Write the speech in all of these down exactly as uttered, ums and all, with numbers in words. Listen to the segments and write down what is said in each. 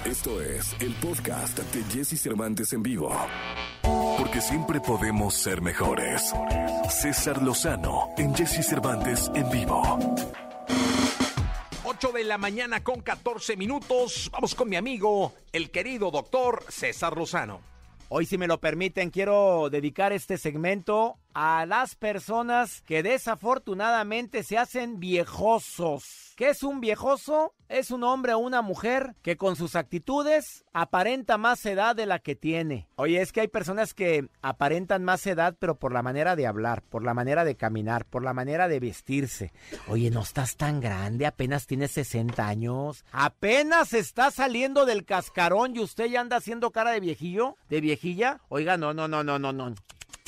Esto es el podcast de Jesse Cervantes en vivo. Porque siempre podemos ser mejores. César Lozano en Jesse Cervantes en vivo. ocho de la mañana con catorce minutos. Vamos con mi amigo, el querido doctor César Lozano. Hoy, si me lo permiten, quiero dedicar este segmento a las personas que desafortunadamente se hacen viejosos. ¿Qué es un viejoso? Es un hombre o una mujer que con sus actitudes aparenta más edad de la que tiene. Oye, es que hay personas que aparentan más edad, pero por la manera de hablar, por la manera de caminar, por la manera de vestirse. Oye, no estás tan grande, apenas tienes sesenta años. Apenas está saliendo del cascarón y usted ya anda haciendo cara de viejillo, de viejilla. Oiga, no, no, no, no, no, no.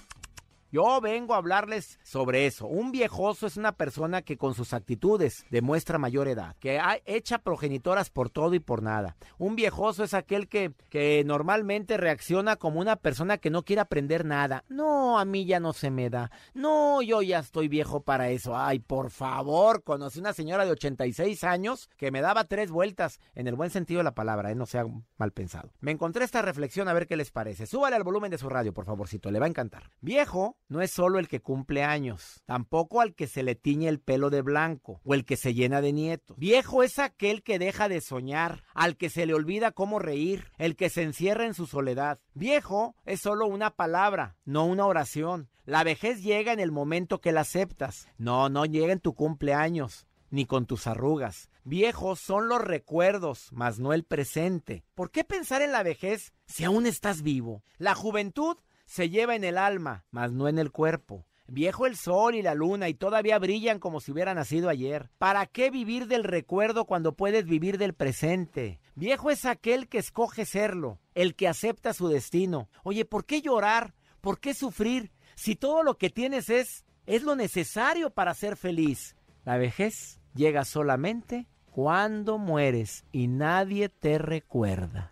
Yo vengo a hablarles sobre eso. Un viejoso es una persona que con sus actitudes demuestra mayor edad, que ha, echa progenitoras por todo y por nada. Un viejoso es aquel que, que normalmente reacciona como una persona que no quiere aprender nada. No, a mí ya no se me da. No, yo ya estoy viejo para eso. Ay, por favor, conocí una señora de ochenta y seis años que me daba tres vueltas, en el buen sentido de la palabra, ¿eh? No sea mal pensado. Me encontré esta reflexión, a ver qué les parece. Súbale al volumen de su radio, por favorcito, le va a encantar. Viejo no es solo el que cumple años, tampoco al que se le tiñe el pelo de blanco o el que se llena de nietos. Viejo es aquel que deja de soñar, al que se le olvida cómo reír, el que se encierra en su soledad. Viejo es solo una palabra, no una oración. La vejez llega en el momento que la aceptas. No, no llega en tu cumpleaños, ni con tus arrugas. Viejos son los recuerdos, mas no el presente. ¿Por qué pensar en la vejez si aún estás vivo? La juventud se lleva en el alma, mas no en el cuerpo. Viejo el sol y la luna y todavía brillan como si hubiera nacido ayer. ¿Para qué vivir del recuerdo cuando puedes vivir del presente? Viejo es aquel que escoge serlo, el que acepta su destino. Oye, ¿por qué llorar? ¿Por qué sufrir? Si todo lo que tienes es, es lo necesario para ser feliz. La vejez llega solamente cuando mueres y nadie te recuerda.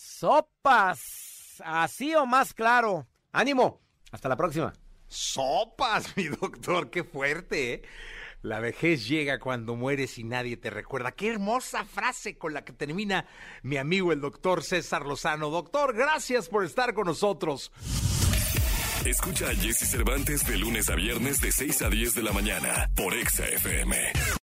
¡Sopas! Así o más claro. ¡Ánimo! Hasta la próxima. Sopas, mi doctor, qué fuerte, ¿eh? La vejez llega cuando mueres y nadie te recuerda. Qué hermosa frase con la que termina mi amigo el doctor César Lozano. Doctor, gracias por estar con nosotros. Escucha a Jesse Cervantes de lunes a viernes de seis a diez de la mañana por Exa F M.